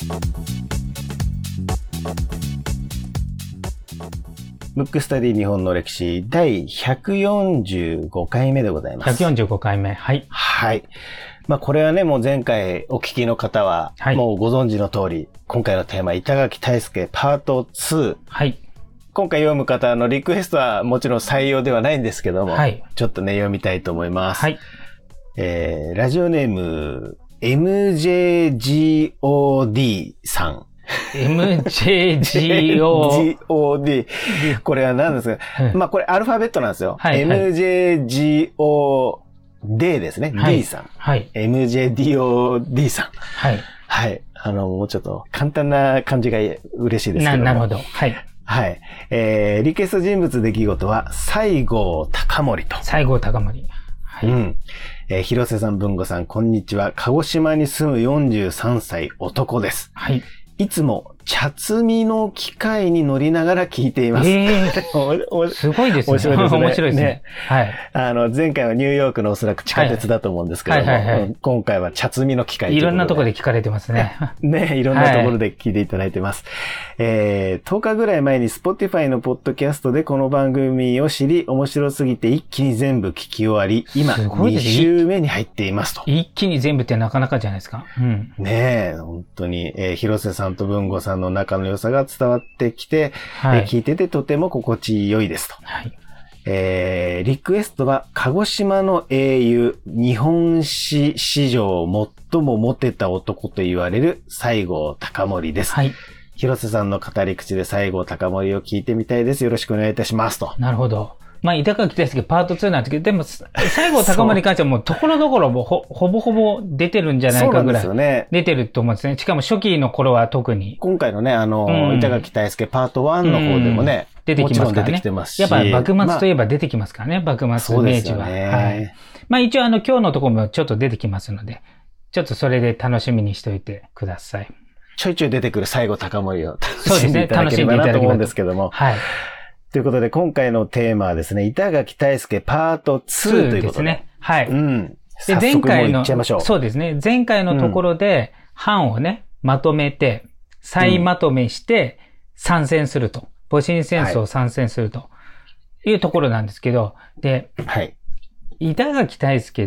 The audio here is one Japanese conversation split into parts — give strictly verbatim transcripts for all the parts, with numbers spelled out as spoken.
ブックスタディ日本の歴史第ひゃくよんじゅうごかいめでございます。 ひゃくよんじゅうごかいめ。はい。 はい。まあこれはね、もう前回お聞きの方は、もうご存知の通り、はい、今回のテーマ、板垣退助パートツー。 はい。 今回読む方のリクエストはもちろん採用ではないんですけども、はい、ちょっとね、読みたいと思います。はい。えー、ラジオネーム、エムジェージーオーディー さん。 エムジェージーオージーオーディー。これは何ですか、うん、まあこれアルファベットなんですよ。はい、エムジェージーオーディー ですね。はい、D さん。はい。エムジェーディーオーディー さん。はい。はい。あの、もうちょっと簡単な感じが嬉しいですけども。 な、なるほど。はい。 はい。えー、リクエスト人物出来事は、西郷隆盛と。 西郷隆盛。はい。 うん。えー、広瀬さん、文吾さん、こんにちは。鹿児島に住むよんじゅうさんさい男です。はい。いつも茶摘みの機械に乗りながら聞いています。 えー、すごいですね。面白いですね。面白いですね。はい。 あの、前回はニューヨークのおそらく地下鉄だと思うんですけども、はいはいはいはい、今回は茶摘みの機械ということで。 いろんなところで聞かれてますね。 ね、いろんなところで聞いていただいてます。はい、えー、とおかぐらい前に Spotify のポッドキャストでこの番組を知り、面白すぎて一気に全部聞き終わり、今に週目に入っていますと。 一気に全部ってなかなかじゃないですか。うん、 ねえ、本当に、えー、広瀬さんと文吾さんの仲の良さが伝わってきて、はい、えー、聞いててとても心地よいですと。はい、えー、リクエストは鹿児島の英雄、日本史史上最もモテた男と言われる西郷隆盛です。はい、広瀬さんの語り口で西郷隆盛を聞いてみたいです。よろしくお願いいたしますと。 なるほど。まあ、板垣退助パートツーなんですけど、でも、西郷隆盛に関してはもう、ところどころも ほ, ほぼほぼ出てるんじゃないかぐらい。出てると思うんですね。しかも初期の頃は特に。 今回のね、あの、うん、板垣退助パートワンの方でもね、 うん、出てきますからね。 もちろん出てきてますし。 やっぱ幕末といえば出てきますからね、まあ、幕末、明治は。ね、はい。まあ一応あの、今日のところもちょっと出てきますので、ちょっとそれで楽しみにしておいてください。 ちょいちょい出てくる西郷隆盛を楽しんでいただければなと思うんですけども。はい。ということで、今回のテーマはですね、板垣退助パートツーということで。ですね。はい。うん。で、前回の、そうですね。前回のところで、藩をね、まとめて、再まとめして参戦すると。戊辰戦争を参戦するというところなんですけど、で、はい。板垣退助って、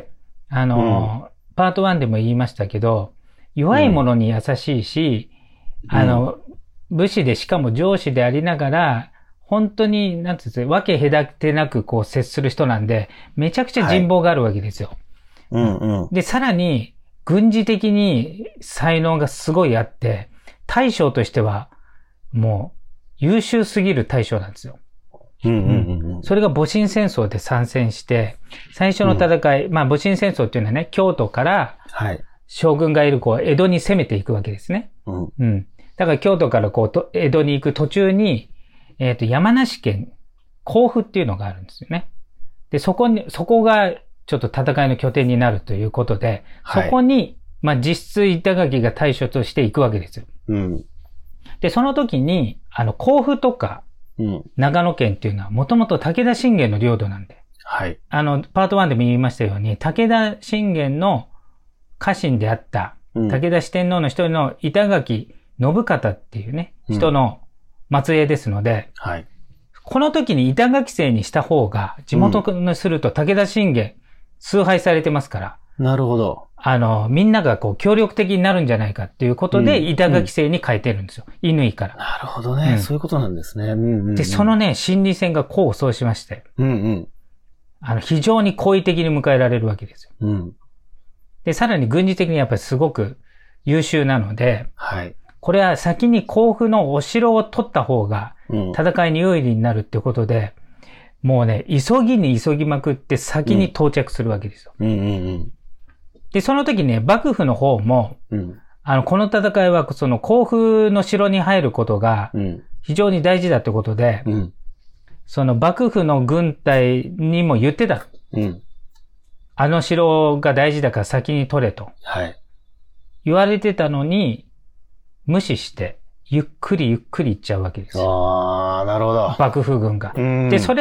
あの、うん、パートワンでも言いましたけど、弱い者に優しいし、うん、あの、武士でしかも上司でありながら、本当に、なんていうんですか、分け隔てなくこう接する人なんで、めちゃくちゃ人望があるわけですよ。はい、うんうん。で、さらに、軍事的に才能がすごいあって、大将としては、もう、優秀すぎる大将なんですよ。うんうんうんうん、それが戊辰戦争で参戦して、最初の戦い、うん、まあ戊辰戦争っていうのはね、京都から、将軍がいるこう、江戸に攻めていくわけですね。うん。うん。だから京都からこう、江戸に行く途中に、えっと、山梨県、甲府っていうのがあるんですよね。で、そこに、そこがちょっと戦いの拠点になるということで、はい、そこに、まあ、実質板垣が大将として行くわけですよ。うん、で、その時に、あの、甲府とか、長野県っていうのは、もともと武田信玄の領土なんで、はい。あの、パートワンでも言いましたように、武田信玄の家臣であった、うん、武田四天王の一人の板垣信方っていうね、人の、うん末裔ですので、はい、この時に板垣姓にした方が、地元にすると武田信玄、崇拝されてますから、 うん、なるほど。 あの、みんながこう協力的になるんじゃないかっていうことで、うん、板垣姓に変えてるんですよ。乾から。 なるほどね、うん。そういうことなんですね。うんうんうん、 で、そのね、心理戦が功を奏しまして、うんうん、あの、非常に好意的に迎えられるわけですよ。うん、で、さらに軍事的にやっぱりすごく優秀なので、はい。これは先に甲府のお城を取った方が戦いに有利になるってことで、うん、もうね、急ぎに急ぎまくって先に到着するわけですよ。うんうんうん、で、その時ね、幕府の方も、うん、あの、この戦いはその甲府の城に入ることが非常に大事だってことで、うん、その幕府の軍隊にも言ってた。うん、あの城が大事だから先に取れと。はい、言われてたのに、無視して、ゆっくりゆっくり行っちゃうわけですよ。 ああ、なるほど。 幕府軍が。で、それの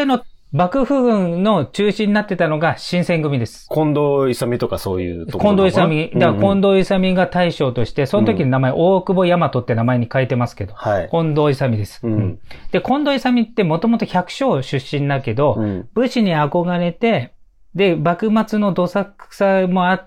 幕府軍の中心になってたのが新選組です。 近藤勇とかそういうところ。 近藤勇。だから近藤勇が大将として、その時の名前、うん、大久保大和って名前に変えてますけど、はい、近藤勇です、うん。で、近藤勇ってもともと百姓出身だけど、うん、武士に憧れて、で、幕末のどさくさもあって、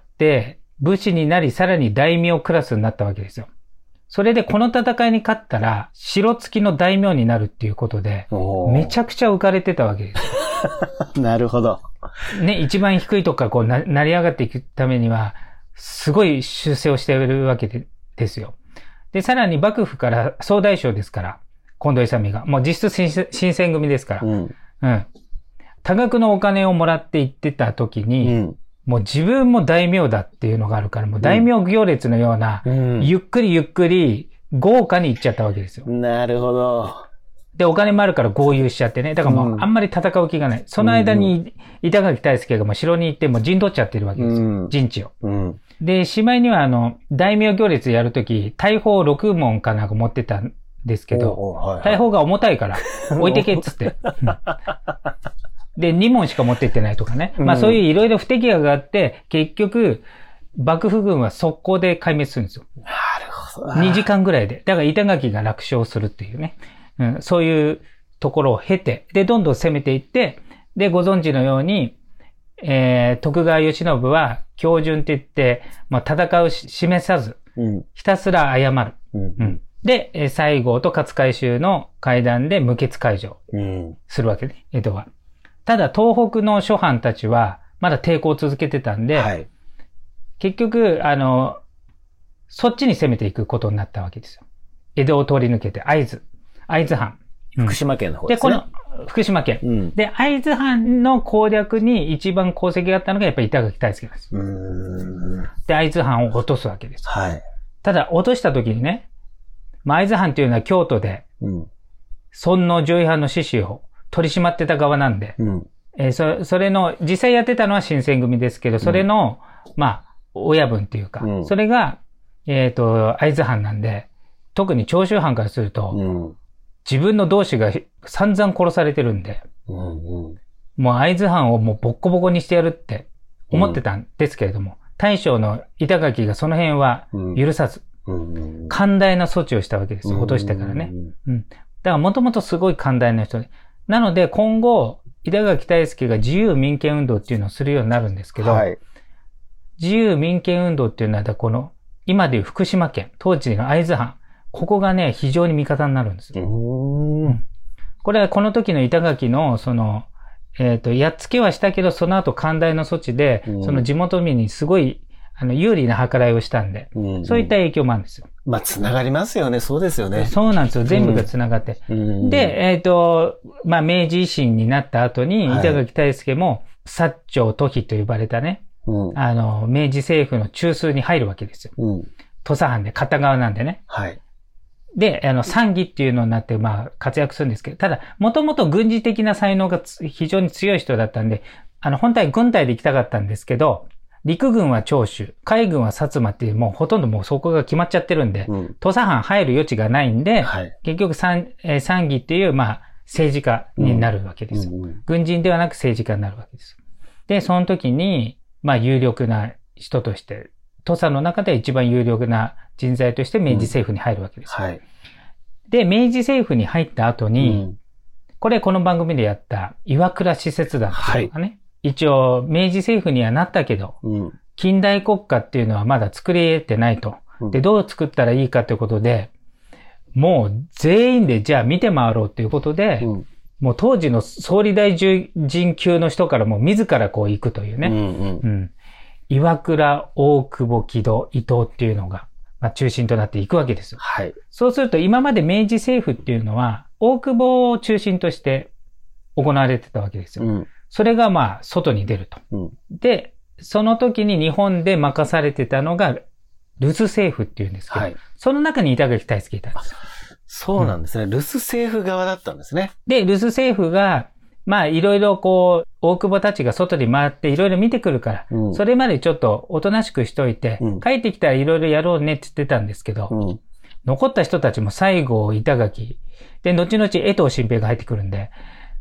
武士になり、さらに大名クラスになったわけですよ。それでこの戦いに勝ったら、城付きの大名になるっていうことで、めちゃくちゃ浮かれてたわけですよ。なるほど。 ね、一番低いとこからこうな、成り上がっていくためには、すごい修正をしているわけでですよ。で、さらに幕府から総大将ですから、近藤勇が。もう実質新選組ですから。うん。うん。多額のお金をもらって行ってた時に、うん、もう自分も大名だっていうのがあるから、もう大名行列のような、うん、ゆっくりゆっくり豪華に行っちゃったわけですよ。 なるほど。 で、お金もあるから豪遊しちゃってね。だからもうあんまり戦う気がない。うん、その間に板垣退助がもう城に行ってもう陣取っちゃってるわけですよ。うん、陣地を。うん、で、しまいにはあの、大名行列やるとき、大砲ろくもんかなんか持ってたんですけど、はいはい、大砲が重たいから置いてけっつって。で、にもんしか持ってってないとかね。まあそういういろいろ不手際があって、結局、幕府軍は速攻で壊滅するんですよ。 なるほど。 にじかんぐらいで。だから板垣が楽勝するっていうね。うん、そういうところを経て、で、どんどん攻めていって、で、ご存知のように、えー、徳川慶喜は、標準って言って、まあ戦うし、示さず、うん、ひたすら謝る。うんうん、で、西郷と勝海舟の会談で無血解除するわけね、江戸は。ただ、東北の諸藩たちは、まだ抵抗を続けてたんで、はい、結局、あの、そっちに攻めていくことになったわけですよ。江戸を通り抜けて、会津、会津藩。 福島県の方ですね。 で、この、福島県。うん、で、会津藩の攻略に一番功績があったのが、やっぱり板垣退助なんです。うーんで、会津藩を落とすわけです。はい。ただ、落とした時にね、まあ、会津藩っていうのは京都で、うん、尊王攘夷藩の志士を、取り締まってた側なんで、うん、えー、そ、それの、実際やってたのは新選組ですけど、それの、うん、まあ、親分っていうか、うん、それが、えっと、会津藩なんで、特に長州藩からすると、うん、自分の同志が散々殺されてるんで、うんうん、もう会津藩をもうボッコボコにしてやるって思ってたんですけれども、うん、大将の板垣がその辺は許さず、うんうん、寛大な措置をしたわけですよ、落としてからね。うん、だからもともとすごい寛大な人で、なので今後、板垣退助が自由民権運動っていうのをするようになるんですけど、はい、自由民権運動っていうのは、この、今でいう福島県、当時の会津藩、ここがね、非常に味方になるんですよ。うん、これはこの時の板垣の、その、えっと、やっつけはしたけど、その後寛大な措置で、うん、その地元民にすごい、あの、有利な計らいをしたんで、うんうん、そういった影響もあるんですよ。 まあ、つながりますよね。そうですよね。 そうなんですよ。全部がつながって。うん、で、えっと、まあ、明治維新になった後に、板垣退助も、薩長都比と呼ばれたね、うん、あの、明治政府の中枢に入るわけですよ。うん、土佐藩で、片側なんでね。はい。で、あの、参議っていうのになって、まあ、活躍するんですけど、ただ、もともと軍事的な才能が非常に強い人だったんで、あの、本体軍隊で行きたかったんですけど、陸軍は長州、海軍は薩摩っていう、もうほとんどもうそこが決まっちゃってるんで、うん、土佐藩入る余地がないんで、はい、結局参、えー、参議っていう、まあ、政治家になるわけですよ、うんうん。軍人ではなく政治家になるわけです。で、その時に、まあ、有力な人として、土佐の中で一番有力な人材として明治政府に入るわけです。うんはい、で、明治政府に入った後に、うん、これこの番組でやった岩倉使節団っていうのがね、はい一応、明治政府にはなったけど、うん、近代国家っていうのはまだ作り得てないと。うん、で、どう作ったらいいかということで、もう全員でじゃあ見て回ろうということで、うん、もう当時の総理大臣級の人からも自らこう行くというね。うんうんうん、岩倉、大久保、木戸、伊藤っていうのが、まあ、中心となっていくわけですよ。はい、そうすると今まで明治政府っていうのは、大久保を中心として行われてたわけですよ。うんそれがまあ、外に出ると、うん。で、その時に日本で任されてたのが、留守政府っていうんですけど、はい、その中に板垣退助いたんですよ。 そうなんですね、うん。留守政府側だったんですね。 で、留守政府が、まあ、いろいろこう、大久保たちが外に回っていろいろ見てくるから、うん、それまでちょっとおとなしくしといて、うん、帰ってきたらいろいろやろうねって言ってたんですけど、うん、残った人たちも西郷、板垣、で、後々江藤新平が入ってくるんで、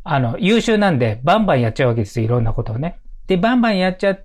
あの、優秀なんで、バンバンやっちゃうわけですよ、いろんなことをね。で、バンバンやっちゃって、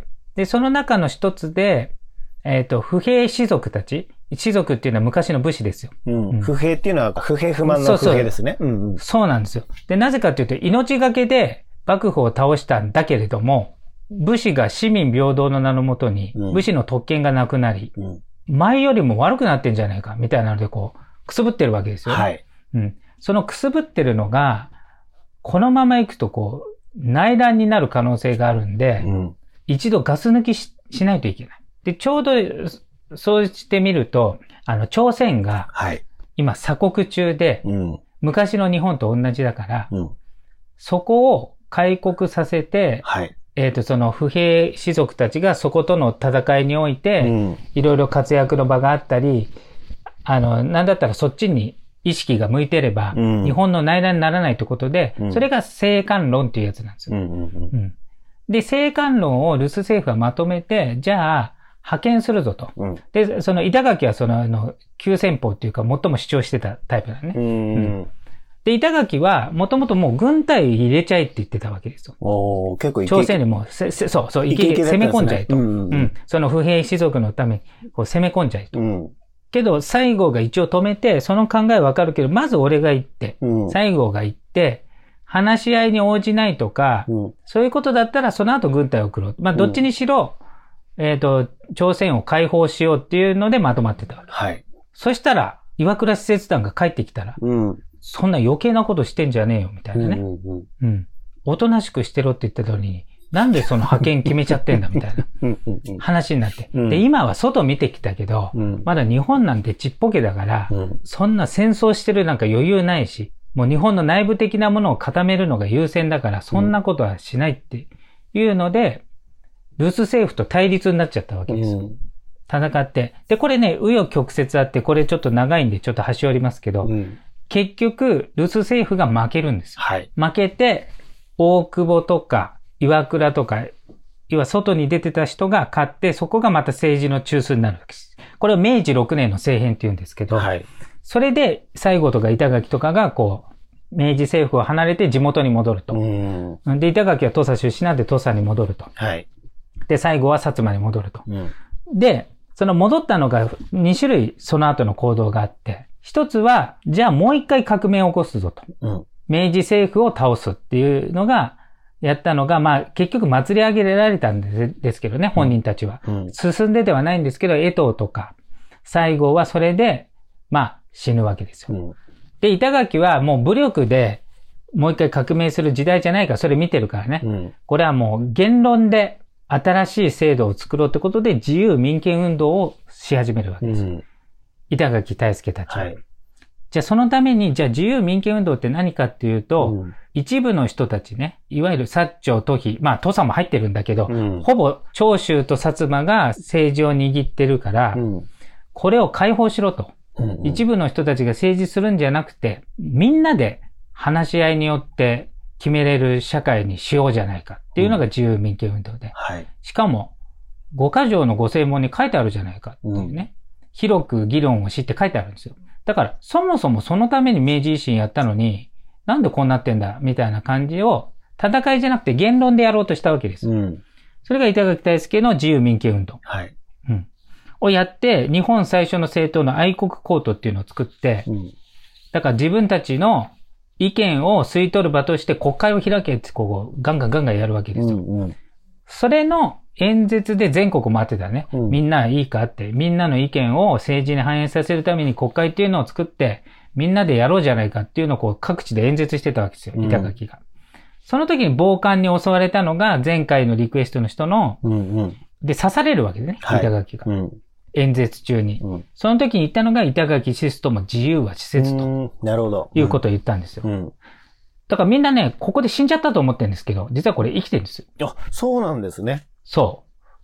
で、その中の一つで、えっと、不平士族たち。士族っていうのは昔の武士ですよ。 うん。うん、不平っていうのは不平不満の不平ですね。 そうそう、うんうん。そうなんですよ。で、なぜかっていうと、命がけで幕府を倒したんだけれども、武士が市民平等の名のもとに、武士の特権がなくなり、うん、前よりも悪くなってんじゃないか、みたいなので、こう、くすぶってるわけですよ、ね。はい。うん。そのくすぶってるのが、このまま行くと、こう、内乱になる可能性があるんで、うん、一度ガス抜き し, しないといけない。で、ちょうど、そうしてみると、あの、朝鮮が、今鎖国中で、はい、うん、昔の日本と同じだから、うん、そこを開国させて、はい、えっと、その不平士族たちがそことの戦いにおいて、うん、いろいろ活躍の場があったり、あの、なんだったらそっちに意識が向いてれば、うん、日本の内乱にならないということで、うん、それが政官論っていうやつなんですよ。うんうんうんうん、で、政官論を留守政府がまとめて、じゃあ、派遣するぞと。うん、で、その板垣はその、あの、急先鋒っていうか最も主張してたタイプだね。うんうん、で、板垣はもともともう軍隊入れちゃえって言ってたわけですよ。 お結構イケイケ朝鮮にもせせ、そう、そう、イケイケ攻め込んじゃえと。うんうんうん、その不平士族のためにこう攻め込んじゃえと。うん、けど、西郷が一応止めて、その考えわかるけど、まず俺が行って、うん、西郷が行って、話し合いに応じないとか、うん、そういうことだったらその後軍隊を送ろう。まあ、どっちにしろ、うんえっと、朝鮮を解放しようっていうのでまとまってたわけ。はい。そしたら、岩倉使節団が帰ってきたら、うん、そんな余計なことしてんじゃねえよ、みたいなね。うんうんうん。うん。おとなしくしてろって言ってたのに、なんでその派遣決めちゃってんだ、みたいな話になって、うん。で、今は外見てきたけど、うん、まだ日本なんてちっぽけだから、うん、そんな戦争してるなんか余裕ないし、もう日本の内部的なものを固めるのが優先だから、そんなことはしないっていうので、留守政府と対立になっちゃったわけですよ。うん、戦って。で、これね、紆余曲折あって、これちょっと長いんでちょっと端折りますけど、うん、結局、留守政府が負けるんですよ。はい、負けて、大久保とか岩倉とか、要は外に出てた人が勝って、そこがまた政治の中枢になるわけです。これを明治ろくねんの政変って言うんですけど、はい、それで西郷とか板垣とかがこう、明治政府を離れて地元に戻ると。うん、で、板垣は土佐出身なんで土佐に戻ると。はいで、最後は薩摩に戻ると。うん、で、その戻ったのがに種類その後の行動があって、一つは、じゃあもう一回革命を起こすぞと。うん、明治政府を倒すっていうのが、やったのが、まあ結局祭り上げられたんですですけどね、本人たちは。うん、進んでではないんですけど、江藤とか、西郷はそれで、まあ死ぬわけですよ。うん、で、板垣はもう武力でもう一回革命する時代じゃないから、それ見てるからね。うん、これはもう言論で、新しい制度を作ろうってことで自由民権運動をし始めるわけです。うん、板垣退助たちは。はい、じゃあそのために、じゃあ自由民権運動って何かっていうと、うん、一部の人たちね、いわゆる薩長、都比、まあ土佐も入ってるんだけど、うん、ほぼ長州と薩摩が政治を握ってるから、うん、これを解放しろと、うんうん。一部の人たちが政治するんじゃなくて、みんなで話し合いによって、決めれる社会にしようじゃないかっていうのが自由民権運動で。うんはい、しかも、五箇条のご正門に書いてあるじゃないかっていうね、うん。広く議論をしって書いてあるんですよ。だから、そもそもそのために明治維新やったのに、なんでこうなってんだみたいな感じを、戦いじゃなくて言論でやろうとしたわけです。うん、それが板垣退助の自由民権運動。はい。うん。をやって、日本最初の政党の愛国コートっていうのを作って、うん、だから自分たちの意見を吸い取る場として国会を開けってこうガンガンガンガンやるわけですよ。うんうん、それの演説で全国回ってたね。うん、みんないいかって、みんなの意見を政治に反映させるために国会っていうのを作って、みんなでやろうじゃないかっていうのをこう各地で演説してたわけですよ、板垣が。うん、その時に暴漢に襲われたのが前回のリクエストの人の、うんうん、で刺されるわけですね、はい、板垣が。うん演説中に、うん。その時に言ったのが板垣シストも自由は施設と。なるほど。いうことを言ったんですよ。うん。だからみんなね、ここで死んじゃったと思ってるんですけど、実はこれ生きてるんですよ。 あ、そうなんですね。 そう。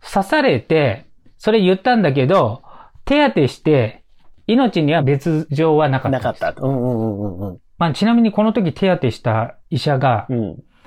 刺されて、それ言ったんだけど、手当てして、命には別状はなかった。 なかった。うんうんうんうん。 まあちなみにこの時手当てした医者が、うん、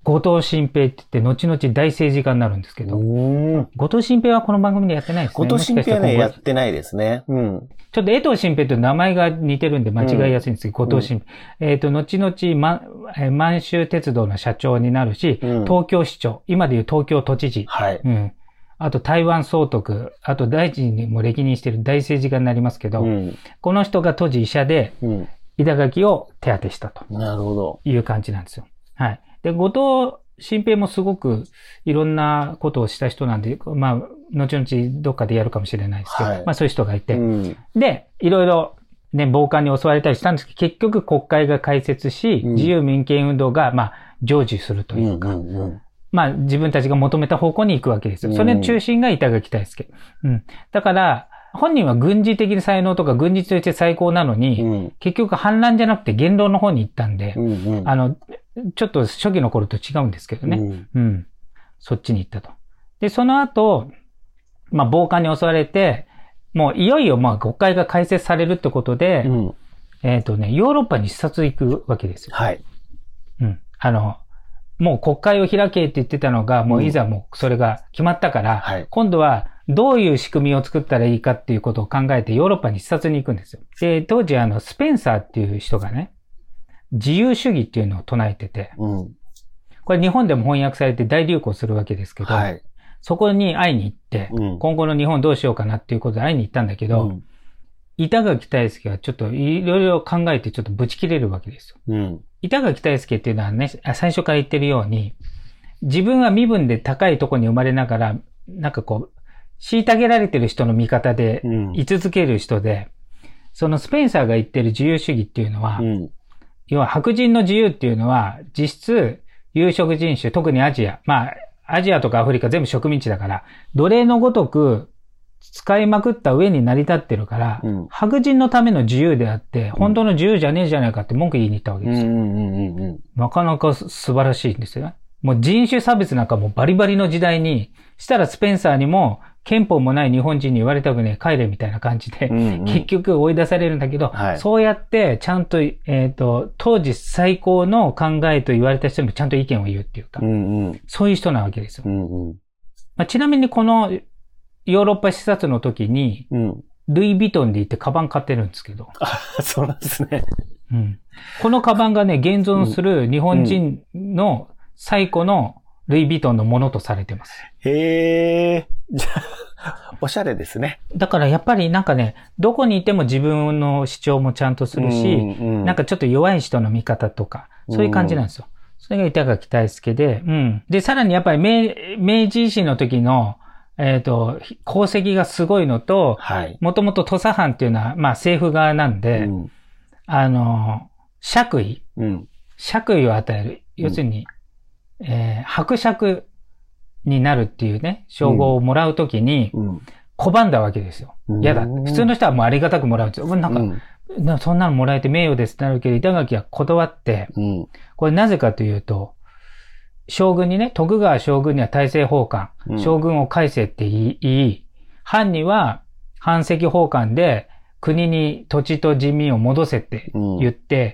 後藤新平って言って、後々大政治家になるんですけど、後藤新平はこの番組でやってないですね。 後藤新平はね、やってないですね。うん。 ちょっと江藤新平という名前が似てるんで間違いやすいんですけど、うん、後藤新平。えっ、ー、と、後々、ま、満州鉄道の社長になるし、うん、東京市長、今でいう東京都知事。はい。うん。あと台湾総督、あと大臣にも歴任している大政治家になりますけど、うん、この人が当時医者で、うん板垣を手当てしたと。なるほど。いう感じなんですよ。はい。で、後藤新平もすごくいろんなことをした人なんで、まあ、後々どっかでやるかもしれないですけど、はい、まあそういう人がいて、うん、で、いろいろね、暴漢に襲われたりしたんですけど、結局国会が開設し、うん、自由民権運動が、まあ、成就するというか、うんうんうん、まあ自分たちが求めた方向に行くわけですよ。それの中心が板垣退助。うん。だから、本人は軍事的才能とか軍事として最高なのに、うん、結局反乱じゃなくて言論の方に行ったんで、うんうん、あの、ちょっと初期の頃と違うんですけどね、うん。うん。そっちに行ったと。で、その後、まあ、暴漢に襲われて、もういよいよまあ国会が開設されるってことで、うん、えっとね、ヨーロッパに視察行くわけですよ。はい。うん。あの、もう国会を開けって言ってたのが、もういざもうそれが決まったから、うんはい、今度はどういう仕組みを作ったらいいかっていうことを考えてヨーロッパに視察に行くんですよ。で、当時あの、スペンサーっていう人がね、自由主義っていうのを唱えてて、うん、これ日本でも翻訳されて大流行するわけですけど、はい、そこに会いに行って、うん、今後の日本どうしようかなっていうことで会いに行ったんだけど、うん、板垣退助はちょっといろいろ考えてちょっとブチ切れるわけですよ。うん、板垣退助っていうのはね、最初から言ってるように、自分は身分で高いところに生まれながら、なんかこう、虐げられてる人の味方で居続ける人で、うん、そのスペンサーが言ってる自由主義っていうのは、うん、要は白人の自由っていうのは、実質有色人種、特にアジア、まあ、アジアとかアフリカ全部植民地だから、奴隷のごとく使いまくった上に成り立ってるから、うん、白人のための自由であって、本当の自由じゃねえじゃないかって文句言いに行ったわけですよ。なかなか素晴らしいんですよね。もう人種差別なんかもうバリバリの時代に、したらスペンサーにも憲法もない日本人に言われたくねえ帰れみたいな感じで、うんうん、結局追い出されるんだけど、はい、そうやってちゃんと、えっと、当時最高の考えと言われた人にもちゃんと意見を言うっていうか、うんうん、そういう人なわけですよ。うんうんまあ、ちなみにこのヨーロッパ視察の時に、うん、ルイ・ヴィトンで行ってカバン買ってるんですけど。 あ、そうなんですね。 うん、このカバンがね、現存する日本人の最古のルイ・ヴィトンのものとされてます。 へー。じゃあ、おしゃれですね。 だからやっぱりなんかね、どこにいても自分の主張もちゃんとするし、うんうん、なんかちょっと弱い人の味方とか、そういう感じなんですよ。うん、それが板垣退助で、うん。で、さらにやっぱり明、明治維新の時の、えっと、功績がすごいのと、はい。もともと土佐藩っていうのは、まあ政府側なんで、うん、あの、爵位、うん、爵位を与える。要するに、うんえー、伯爵になるっていうね、称号をもらうときに、拒んだわけですよ。嫌、うん、だ。普通の人はもうありがたくもらうんですよ。なんか、うん、そんなのもらえて名誉ですってなるけど、板垣は断って、うん、これなぜかというと、将軍にね、徳川将軍には大政奉還、うん、将軍を返せって言い、藩には藩籍奉還で国に土地と人民を戻せって言って、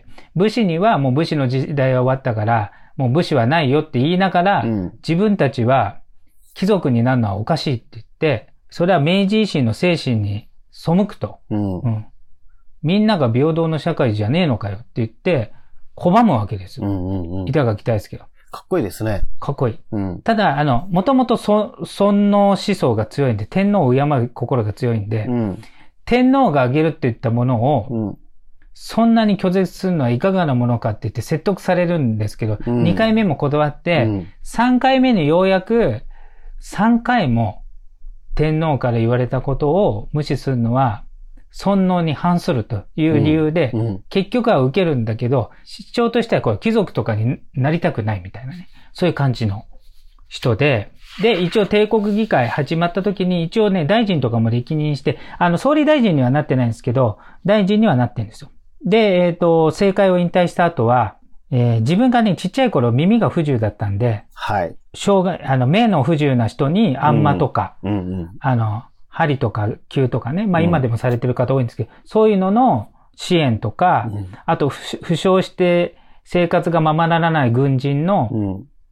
うん、武士にはもう武士の時代は終わったから、もう武士はないよって言いながら、うん、自分たちは貴族になるのはおかしいって言って、それは明治維新の精神に背くと、うんうん。みんなが平等の社会じゃねえのかよって言って、拒むわけですよ。うんうんうん、板垣退助は。 かっこいいですね。 かっこいい。うん、ただ、あの、もともと尊皇思想が強いんで、天皇を敬う心が強いんで、うん、天皇が挙げるって言ったものを、うん、そんなに拒絶するのはいかがなものかって言って説得されるんですけど、うん、にかいめも断って、うん、さんかいめにようやくさんかいも天皇から言われたことを無視するのは尊皇に反するという理由で、うんうん、結局は受けるんだけど、主張としてはこれ貴族とかになりたくないみたいなね、そういう感じの人で、で、一応帝国議会始まった時に一応ね、大臣とかも歴任して、あの、総理大臣にはなってないんですけど、大臣にはなってるんですよ。で、えっと、政界を引退した後は、えー、自分がね、ちっちゃい頃耳が不自由だったんで、はい。障害、あの、目の不自由な人に、あんまとか、うんうんうん、あの、針とか灸とかね、まあ今でもされてる方多いんですけど、うん、そういうのの支援とか、うん、あと、負傷して生活がままならない軍人の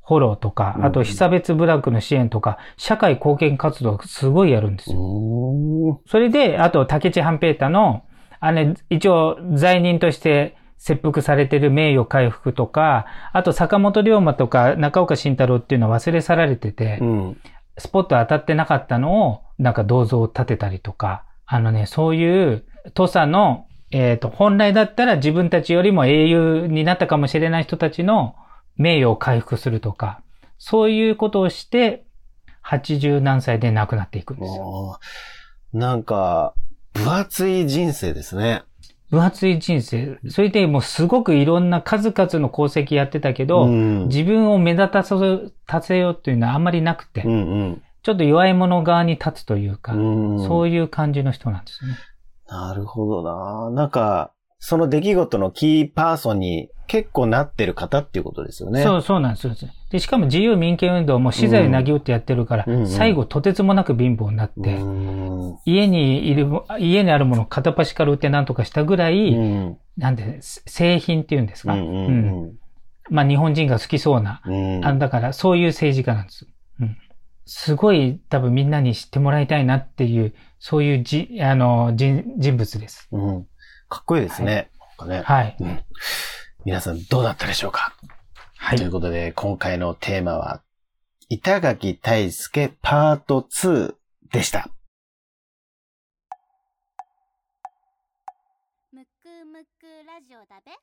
フォローとか、あと被差別部落の支援とか、社会貢献活動すごいやるんですよ。それで、あと竹地半平太の、あれ、一応罪人として切腹されてる名誉回復とか、あと坂本龍馬とか中岡慎太郎っていうのは忘れ去られてて、うん、スポット当たってなかったのを、なんか銅像を建てたりとか、あのね、そういう土佐の、えっと、本来だったら自分たちよりも英雄になったかもしれない人たちの名誉を回復するとか、そういうことをして、はちじゅう何歳で亡くなっていくんですよ。 なんか、分厚い人生ですね。 分厚い人生。それでもうすごくいろんな数々の功績やってたけど、うん、自分を目立たせようっていうのはあんまりなくて、うんうん、ちょっと弱い者側に立つというか、うん、そういう感じの人なんですね。 なるほどな。なんか、その出来事のキーパーソンに結構なってる方っていうことですよね。 そう、そうなんです。で、しかも自由民権運動も資材なぎ打ってやってるから、うんうんうん、最後とてつもなく貧乏になって、うん、家にいる、家にあるものを片っ端から売ってなんとかしたぐらい、うん、なんで、製品っていうんですか、うんうんうんうん、まあ日本人が好きそうな、うん、あだからそういう政治家なんです。うん、すごい多分みんなに知ってもらいたいなっていう、そういうじ、あの、人、人物です。 うん、かっこいいですね。はい。ね、 はい、 うん。皆さんどうだったでしょうか。はい。ということで、今回のテーマは、板垣退助パートツーでした。むくむくラジオだべ。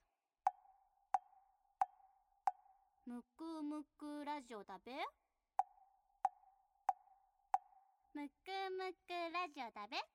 むくむくラジオだべ。むくむくラジオだべ。